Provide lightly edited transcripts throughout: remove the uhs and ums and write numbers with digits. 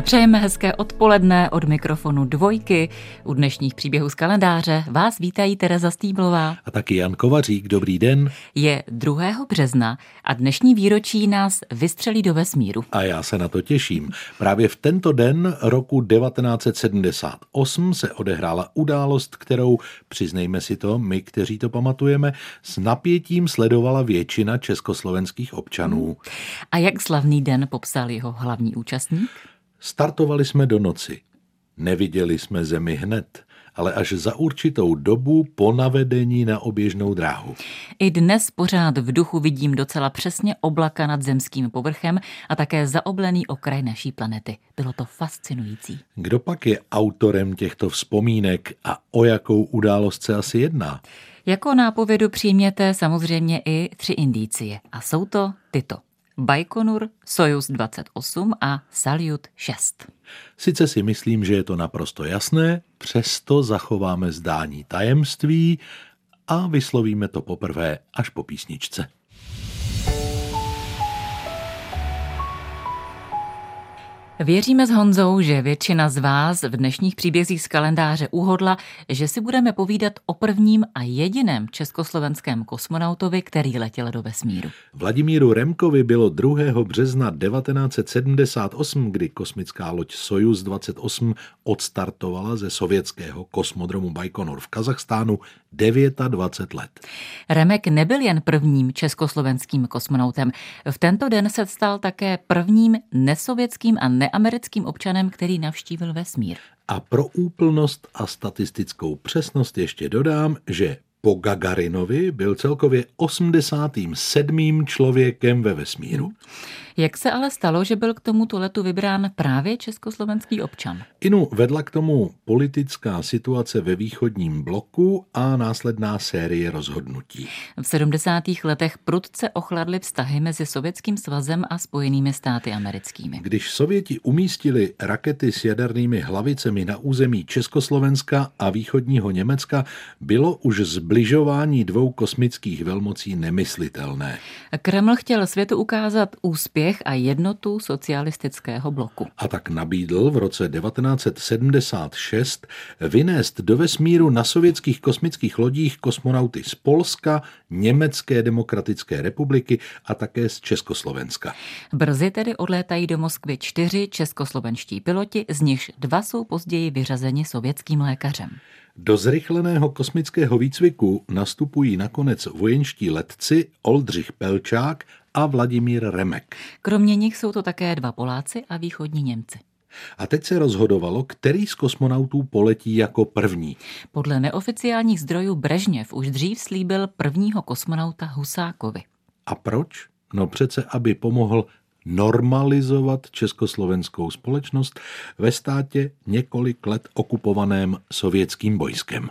Přejeme hezké odpoledne od mikrofonu Dvojky. U dnešních příběhů z kalendáře vás vítají Tereza Stýblová. A taky Jan Kovařík, dobrý den. Je 2. března a dnešní výročí nás vystřelí do vesmíru. A já se na to těším. Právě v tento den roku 1978 se odehrála událost, kterou, přiznejme si to, my, kteří to pamatujeme, s napětím sledovala většina československých občanů. A jak slavný den popsal jeho hlavní účastník? Startovali jsme do noci. Neviděli jsme zemi hned, ale až za určitou dobu po navedení na oběžnou dráhu. I dnes pořád v duchu vidím docela přesně oblaka nad zemským povrchem a také zaoblený okraj naší planety. Bylo to fascinující. Kdo pak je autorem těchto vzpomínek a o jakou událost se asi jedná? Jako nápovědu přijměte samozřejmě i 3 indicie. A jsou to tyto: Bajkonur, Sojuz 28 a Saljut 6. Sice si myslím, že je to naprosto jasné, přesto zachováme zdání tajemství a vyslovíme to poprvé až po písničce. Věříme s Honzou, že většina z vás v dnešních příbězích z kalendáře uhodla, že si budeme povídat o prvním a jediném československém kosmonautovi, který letěl do vesmíru. Vladimíru Remkovi bylo 2. března 1978, kdy kosmická loď Sojuz 28 odstartovala ze sovětského kosmodromu Bajkonur v Kazachstánu 29 let. Remek nebyl jen prvním československým kosmonautem. V tento den se stal také prvním nesovětským a neamerickým občanem, který navštívil vesmír. A pro úplnost a statistickou přesnost ještě dodám, že po Gagarinovi byl celkově 87. člověkem ve vesmíru. Jak se ale stalo, že byl k tomuto letu vybrán právě československý občan? Vedla k tomu politická situace ve východním bloku a následná série rozhodnutí. V 70. letech prudce ochladly vztahy mezi Sovětským svazem a Spojenými státy americkými. Když Sověti umístili rakety s jadernými hlavicemi na území Československa a východního Německa, bylo už zbližování dvou kosmických velmocí nemyslitelné. Kreml chtěl světu ukázat úspěch a jednotu socialistického bloku. A tak nabídl v roce 1976 vynést do vesmíru na sovětských kosmických lodích kosmonauty z Polska, Německé demokratické republiky a také z Československa. Brzy tedy odlétají do Moskvy 4 českoslovenští piloti, z nichž 2 jsou později vyřazeni sovětským lékařem. Do zrychleného kosmického výcviku nastupují nakonec vojenští letci Oldřich Pelčák a Vladimír Remek. Kromě nich jsou to také 2 Poláci a východní Němci. A teď se rozhodovalo, který z kosmonautů poletí jako první. Podle neoficiálních zdrojů Brežněv už dřív slíbil prvního kosmonauta Husákovi. A proč? No přece, aby pomohl normalizovat československou společnost ve státě několik let okupovaném sovětským vojskem.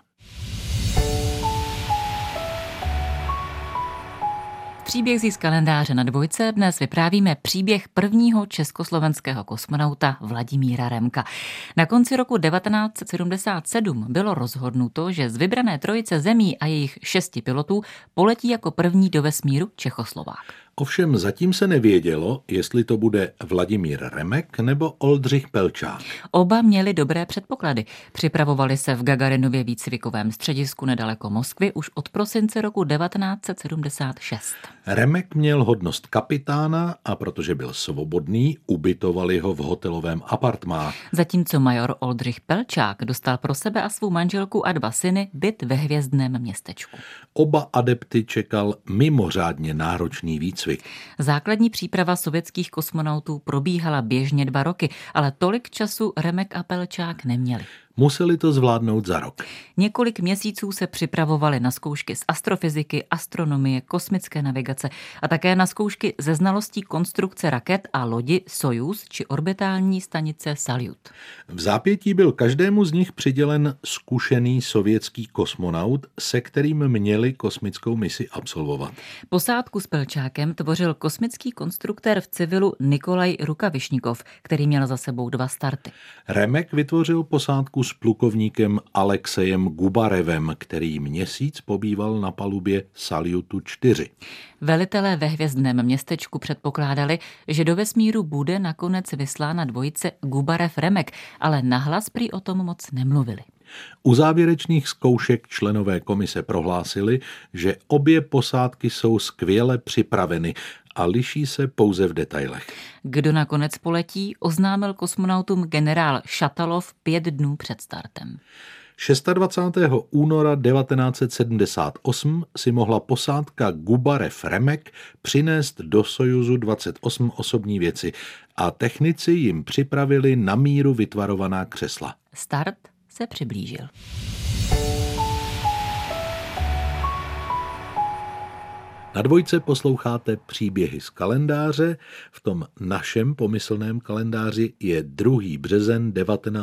Příběh z kalendáře na Dvojce dnes vyprávíme příběh prvního československého kosmonauta Vladimíra Remka. Na konci roku 1977 bylo rozhodnuto, že z vybrané trojice zemí a jejich 6 pilotů poletí jako první do vesmíru Čechoslovák. Ovšem zatím se nevědělo, jestli to bude Vladimír Remek nebo Oldřich Pelčák. Oba měli dobré předpoklady. Připravovali se v Gagarinově výcvikovém středisku nedaleko Moskvy už od prosince roku 1976. Remek měl hodnost kapitána a protože byl svobodný, ubytovali ho v hotelovém apartmá. Zatímco major Oldřich Pelčák dostal pro sebe a svou manželku a 2 syny byt ve hvězdném městečku. Oba adepty čekal mimořádně náročný výcvik. Základní příprava sovětských kosmonautů probíhala běžně 2 roky, ale tolik času Remek a Pelčák neměli. Museli to zvládnout za rok. Několik měsíců se připravovali na zkoušky z astrofyziky, astronomie, kosmické navigace a také na zkoušky ze znalostí konstrukce raket a lodi Sojuz či orbitální stanice Saljut. V zápětí byl každému z nich přidělen zkušený sovětský kosmonaut, se kterým měli kosmickou misi absolvovat. Posádku s Pelčákem tvořil kosmický konstruktér v civilu Nikolaj Rukavišnikov, který měl za sebou 2 starty. Remek vytvořil posádku výjimku s plukovníkem Alexejem Gubarevem, který měsíc pobýval na palubě Salyutu 4. Velitelé ve hvězdném městečku předpokládali, že do vesmíru bude nakonec vyslána dvojice Gubarev-Remek, ale nahlas prý o tom moc nemluvili. U závěrečných zkoušek členové komise prohlásili, že obě posádky jsou skvěle připraveny a liší se pouze v detailech. Kdo nakonec poletí, oznámil kosmonautům generál Šatalov 5 dnů před startem. 26. února 1978 si mohla posádka Gubarev-Remek přinést do Sojuzu 28 osobní věci a technici jim připravili na míru vytvarovaná křesla. Start se přiblížil. Na dvojce posloucháte příběhy z kalendáře. V tom našem pomyslném kalendáři je 2. březen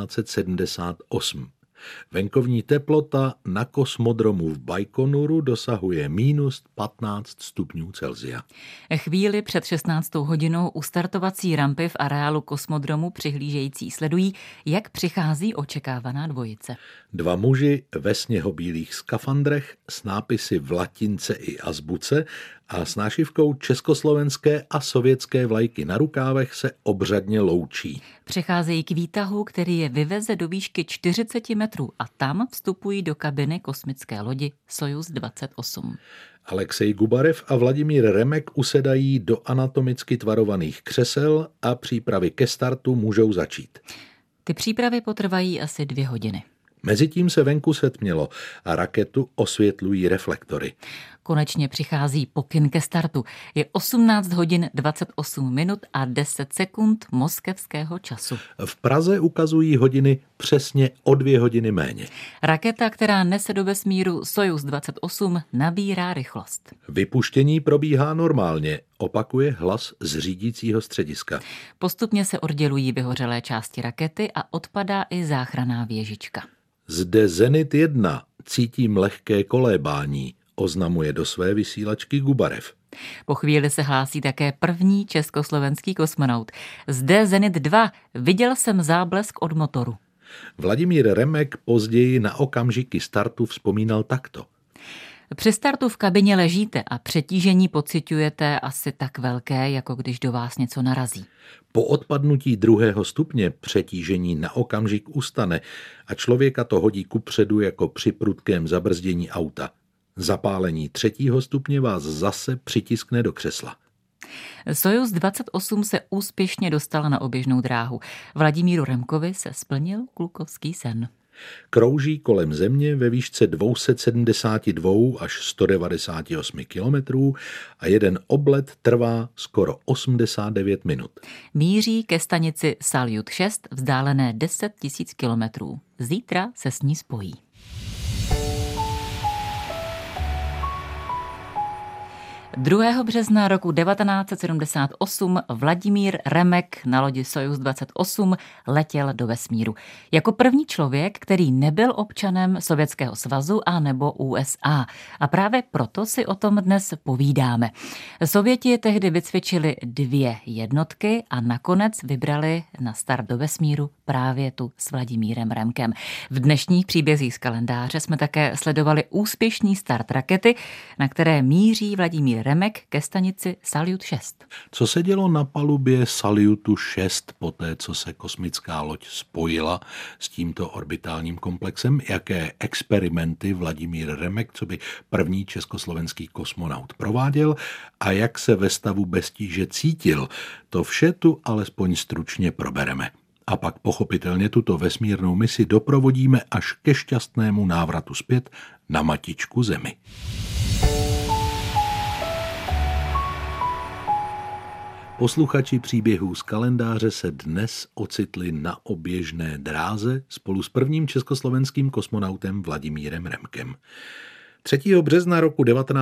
1978. Venkovní teplota na kosmodromu v Bajkonuru dosahuje -15 stupňů Celsia. Chvíli před 16. hodinou u startovací rampy v areálu kosmodromu přihlížející sledují, jak přichází očekávaná dvojice. 2 muži ve sněhobílých skafandrech s nápisy v latince i azbuce a s nášivkou československé a sovětské vlajky na rukávech se obřadně loučí. Přecházejí k výtahu, který je vyveze do výšky 40 metrů a tam vstupují do kabiny kosmické lodi Sojuz 28. Alexej Gubarev a Vladimír Remek usedají do anatomicky tvarovaných křesel a přípravy ke startu můžou začít. Ty přípravy potrvají asi 2 hodiny. Mezitím se venku setmělo a raketu osvětlují reflektory. Konečně přichází pokyn ke startu. Je 18 hodin 28 minut a 10 sekund moskevského času. V Praze ukazují hodiny přesně o 2 hodiny méně. Raketa, která nese do vesmíru Sojuz 28, nabírá rychlost. Vypuštění probíhá normálně, opakuje hlas z řídícího střediska. Postupně se oddělují vyhořelé části rakety a odpadá i záchranná věžička. Zde Zenit 1, cítím lehké kolébání, oznamuje do své vysílačky Gubarev. Po chvíli se hlásí také první československý kosmonaut. Zde Zenit 2, viděl jsem záblesk od motoru. Vladimír Remek později na okamžiky startu vzpomínal takto. Při startu v kabině ležíte a přetížení pociťujete asi tak velké, jako když do vás něco narazí. Po odpadnutí 2. stupně přetížení na okamžik ustane a člověka to hodí kupředu jako při prudkém zabrzdění auta. Zapálení 3. stupně vás zase přitiskne do křesla. Sojuz 28 se úspěšně dostal na oběžnou dráhu. Vladimíru Remkovi se splnil klukovský sen. Krouží kolem Země ve výšce 272 až 198 kilometrů a jeden oblet trvá skoro 89 minut. Míří ke stanici Salyut 6, vzdálené 10 000 kilometrů. Zítra se s ní spojí. Druhého března roku 1978 Vladimír Remek na lodi Sojuz 28 letěl do vesmíru. Jako první člověk, který nebyl občanem Sovětského svazu a nebo USA. A právě proto si o tom dnes povídáme. Sověti tehdy vycvičili 2 jednotky a nakonec vybrali na start do vesmíru právě tu s Vladimírem Remkem. V dnešních příbězích z kalendáře jsme také sledovali úspěšný start rakety, na které míří Vladimír Remek ke stanici Salyut 6. Co se dělo na palubě Salyutu 6 poté, co se kosmická loď spojila s tímto orbitálním komplexem? Jaké experimenty Vladimír Remek, co by první československý kosmonaut, prováděl a jak se ve stavu bez tíže cítil? To vše tu alespoň stručně probereme. A pak pochopitelně tuto vesmírnou misi doprovodíme až ke šťastnému návratu zpět na matičku Zemi. Posluchači příběhů z kalendáře se dnes ocitli na oběžné dráze spolu s prvním československým kosmonautem Vladimírem Remkem. 3. března roku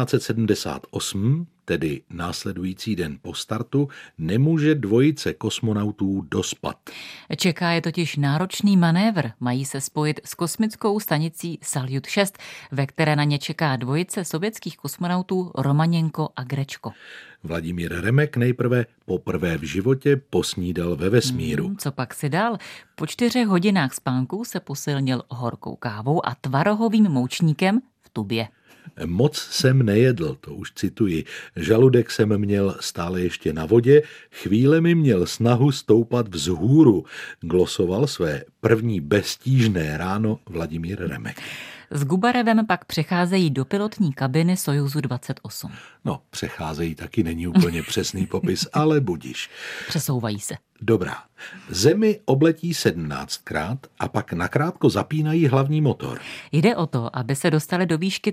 1978, tedy následující den po startu, nemůže dvojice kosmonautů dospat. Čeká je totiž náročný manévr. Mají se spojit s kosmickou stanicí Saljut 6, ve které na ně čeká dvojice sovětských kosmonautů Romaněnko a Grečko. Vladimír Remek nejprve poprvé v životě posnídal ve vesmíru. Co pak si dal? Po 4 hodinách spánku se posilnil horkou kávou a tvarohovým moučníkem v tubě. Moc jsem nejedl, to už cituji. Žaludek jsem měl stále ještě na vodě, chvílemi měl snahu stoupat vzhůru. Glosoval své první beztížné ráno Vladimír Remek. S Gubarevem pak přecházejí do pilotní kabiny Sojuzu 28. No, přecházejí taky není úplně přesný popis, ale budiš. Přesouvají se. Dobrá. Zemi obletí 17krát a pak nakrátko zapínají hlavní motor. Jde o to, aby se dostali do výšky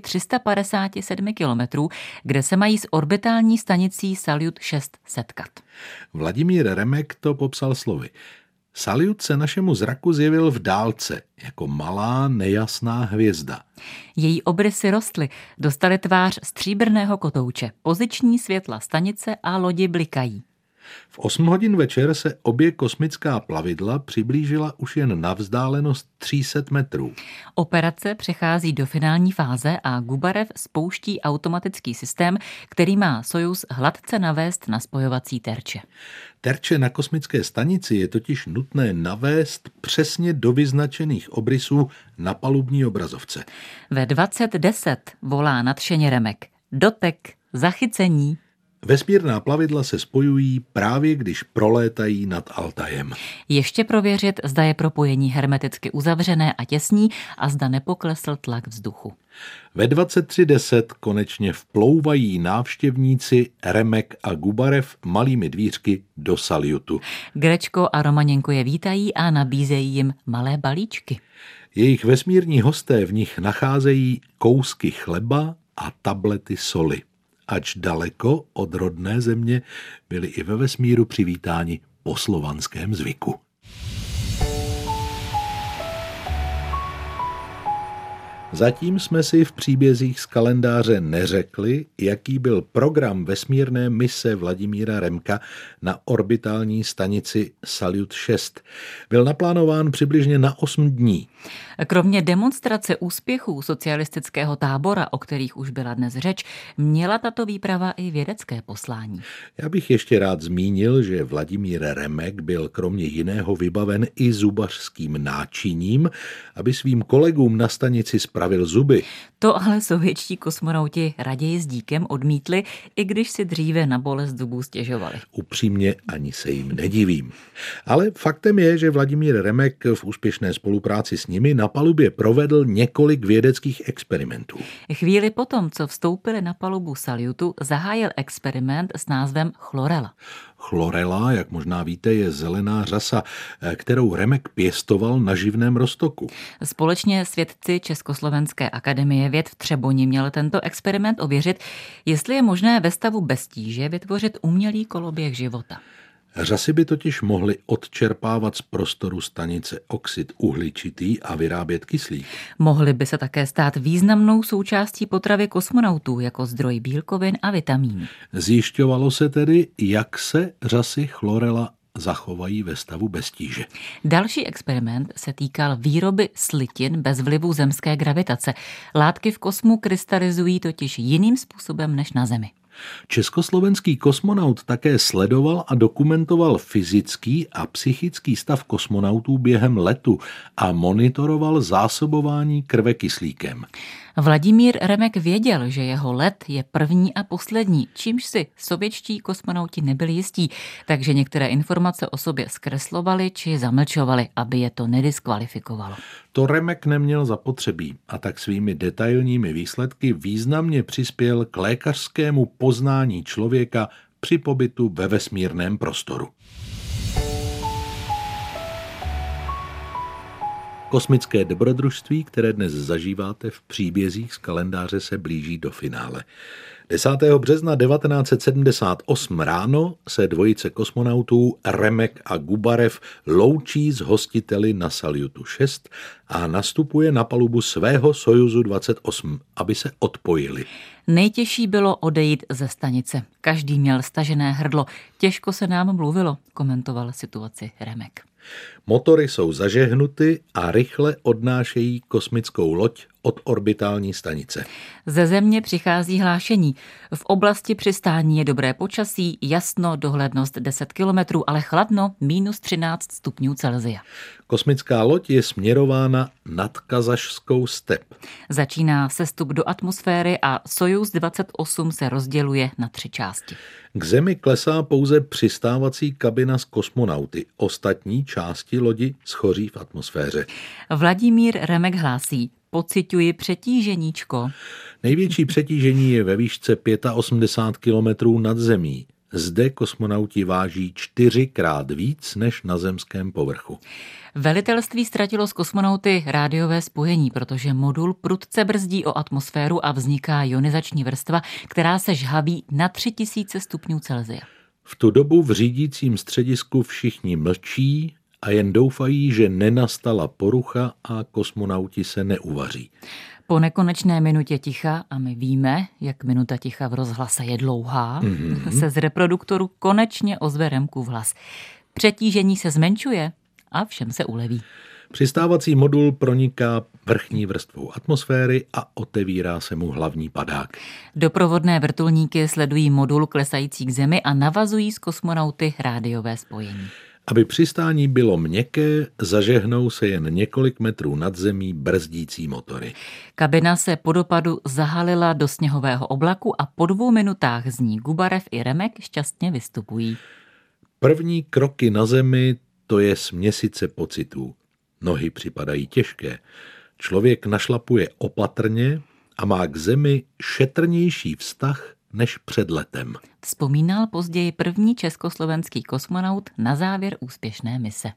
357 kilometrů, kde se mají s orbitální stanicí Saljut 6 setkat. Vladimír Remek to popsal slovy. Saljut se našemu zraku zjevil v dálce, jako malá nejasná hvězda. Její obrysy rostly, dostaly tvář stříbrného kotouče, poziční světla stanice a lodi blikají. V 8 hodin večer se obě kosmická plavidla přiblížila už jen na vzdálenost 300 metrů. Operace přechází do finální fáze a Gubarev spouští automatický systém, který má Sojuz hladce navést na spojovací terče. Terče na kosmické stanici je totiž nutné navést přesně do vyznačených obrysů na palubní obrazovce. Ve 20:10 volá nadšeně Remek. Dotek, zachycení. Vesmírná plavidla se spojují právě když prolétají nad Altajem. Ještě prověřit, zda je propojení hermeticky uzavřené a těsní a zda nepoklesl tlak vzduchu. Ve 23:10 konečně vplouvají návštěvníci Remek a Gubarev malými dvířky do Saljutu. Grečko a Romaněnko je vítají a nabízejí jim malé balíčky. Jejich vesmírní hosté v nich nacházejí kousky chleba a tablety soli. Ač daleko od rodné země, byli i ve vesmíru přivítáni po slovanském zvyku. Zatím jsme si v příbězích z kalendáře neřekli, jaký byl program vesmírné mise Vladimíra Remka na orbitální stanici Saljut 6. Byl naplánován přibližně na 8 dní. Kromě demonstrace úspěchů socialistického tábora, o kterých už byla dnes řeč, měla tato výprava i vědecké poslání. Já bych ještě rád zmínil, že Vladimír Remek byl kromě jiného vybaven i zubařským náčiním, aby svým kolegům na stanici spravil zuby. To ale sovětští kosmonauti raději s díkem odmítli, i když si dříve na bolest zubů stěžovali. Upřímně ani se jim nedivím. Ale faktem je, že Vladimír Remek v úspěšné spolupráci s nimi na palubě provedl několik vědeckých experimentů. Chvíli potom, co vstoupili na palubu Saljutu, zahájil experiment s názvem Chlorela. Chlorela, jak možná víte, je zelená řasa, kterou Remek pěstoval na živném roztoku. Společně s vědci Československé akademie věd v Třeboni měl tento experiment ověřit, jestli je možné ve stavu bez tíže vytvořit umělý koloběh života. Řasy by totiž mohly odčerpávat z prostoru stanice oxid uhličitý a vyrábět kyslík. Mohly by se také stát významnou součástí potravy kosmonautů jako zdroj bílkovin a vitamínů. Zjišťovalo se tedy, jak se řasy chlorela zachovají ve stavu bez tíže. Další experiment se týkal výroby slitin bez vlivu zemské gravitace. Látky v kosmu krystalizují totiž jiným způsobem než na Zemi. Československý kosmonaut také sledoval a dokumentoval fyzický a psychický stav kosmonautů během letu a monitoroval zásobování krve kyslíkem. Vladimír Remek věděl, že jeho let je první a poslední, čímž si sovětští kosmonauti nebyli jistí, takže některé informace o sobě zkreslovali či zamlčovali, aby je to nediskvalifikovalo. To Remek neměl zapotřebí a tak svými detailními výsledky významně přispěl k lékařskému poznání člověka při pobytu ve vesmírném prostoru. Kosmické dobrodružství, které dnes zažíváte v příbězích z kalendáře, se blíží do finále. 10. března 1978 ráno se dvojice kosmonautů Remek a Gubarev loučí s hostiteli na Salyutu 6 a nastupuje na palubu svého Sojuzu 28, aby se odpojili. Nejtěžší bylo odejít ze stanice. Každý měl stažené hrdlo. Těžko se nám mluvilo, komentoval situaci Remek. Motory jsou zažehnuty a rychle odnášejí kosmickou loď od orbitální stanice. Ze Země přichází hlášení. V oblasti přistání je dobré počasí, jasno, dohlednost 10 kilometrů, ale chladno, -13 stupňů Celsia. Kosmická loď je směrována nad Kazašskou step. Začíná sestup do atmosféry a Sojuz 28 se rozděluje na 3 části. K Zemi klesá pouze přistávací kabina s kosmonauty. Ostatní části lodi schoří v atmosféře. Vladimír Remek hlásí: pociťuji přetíženíčko. Největší přetížení je ve výšce 85 kilometrů nad zemí. Zde kosmonauti váží 4krát víc než na zemském povrchu. Velitelství ztratilo s kosmonauty rádiové spojení, protože modul prudce brzdí o atmosféru a vzniká ionizační vrstva, která se žhaví na 3000 stupňů Celsia. V tu dobu v řídícím středisku všichni mlčí a jen doufají, že nenastala porucha a kosmonauti se neuvaří. Po nekonečné minutě ticha, a my víme, jak minuta ticha v rozhlase je dlouhá, se z reproduktoru konečně ozve Remkův hlas. Přetížení se zmenšuje a všem se uleví. Přistávací modul proniká vrchní vrstvou atmosféry a otevírá se mu hlavní padák. Doprovodné vrtulníky sledují modul klesající k Zemi a navazují s kosmonauty rádiové spojení. Aby přistání bylo měkké, zažehnou se jen několik metrů nad zemí brzdící motory. Kabina se po dopadu zahalila do sněhového oblaku a po 2 minutách z ní Gubarev i Remek šťastně vystupují. První kroky na Zemi, to je směsice pocitů. Nohy připadají těžké. Člověk našlapuje opatrně a má k Zemi šetrnější vztah než před letem. Vzpomínal později první československý kosmonaut na závěr úspěšné mise.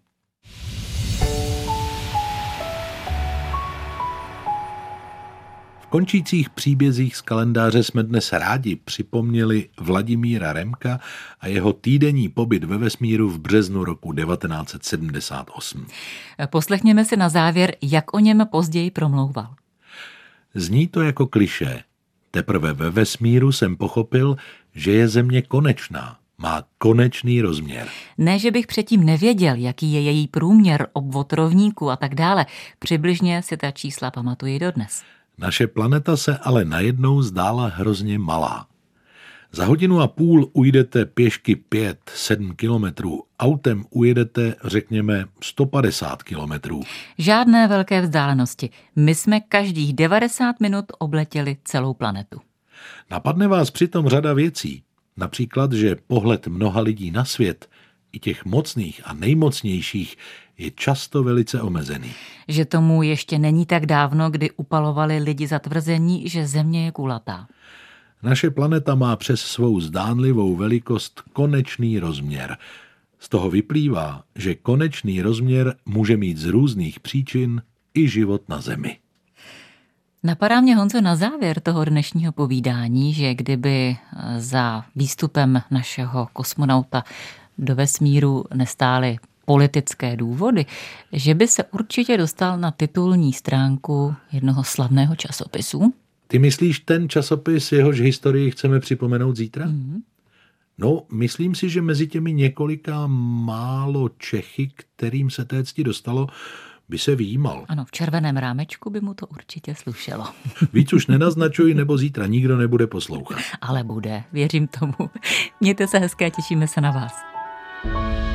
V končících příbězích z kalendáře jsme dnes rádi připomněli Vladimíra Remka a jeho týdenní pobyt ve vesmíru v březnu roku 1978. Poslechněme si na závěr, jak o něm později promlouval. Zní to jako klišé. Teprve ve vesmíru jsem pochopil, že je Země konečná, má konečný rozměr. Ne, že bych předtím nevěděl, jaký je její průměr, obvod rovníku a tak dále. Přibližně si ta čísla pamatuji dodnes. Naše planeta se ale najednou zdála hrozně malá. Za 1,5 hodiny ujdete pěšky 5-7 kilometrů, autem ujedete, řekněme, 150 kilometrů. Žádné velké vzdálenosti. My jsme každých 90 minut obletěli celou planetu. Napadne vás přitom řada věcí. Například, že pohled mnoha lidí na svět, i těch mocných a nejmocnějších, je často velice omezený. Že tomu ještě není tak dávno, kdy upalovali lidi za tvrzení, že Země je kulatá. Naše planeta má přes svou zdánlivou velikost konečný rozměr. Z toho vyplývá, že konečný rozměr může mít z různých příčin i život na Zemi. Napadá mě, Honzo, na závěr toho dnešního povídání, že kdyby za výstupem našeho kosmonauta do vesmíru nestály politické důvody, že by se určitě dostal na titulní stránku jednoho slavného časopisu. Ty myslíš ten časopis, jehož historii chceme připomenout zítra? No, myslím si, že mezi těmi několika málo Čechy, kterým se té cti dostalo, by se vyjímal. Ano, v červeném rámečku by mu to určitě slušelo. Víc už nenaznačuj, nebo zítra nikdo nebude poslouchat. Ale bude, věřím tomu. Mějte se hezké, těšíme se na vás.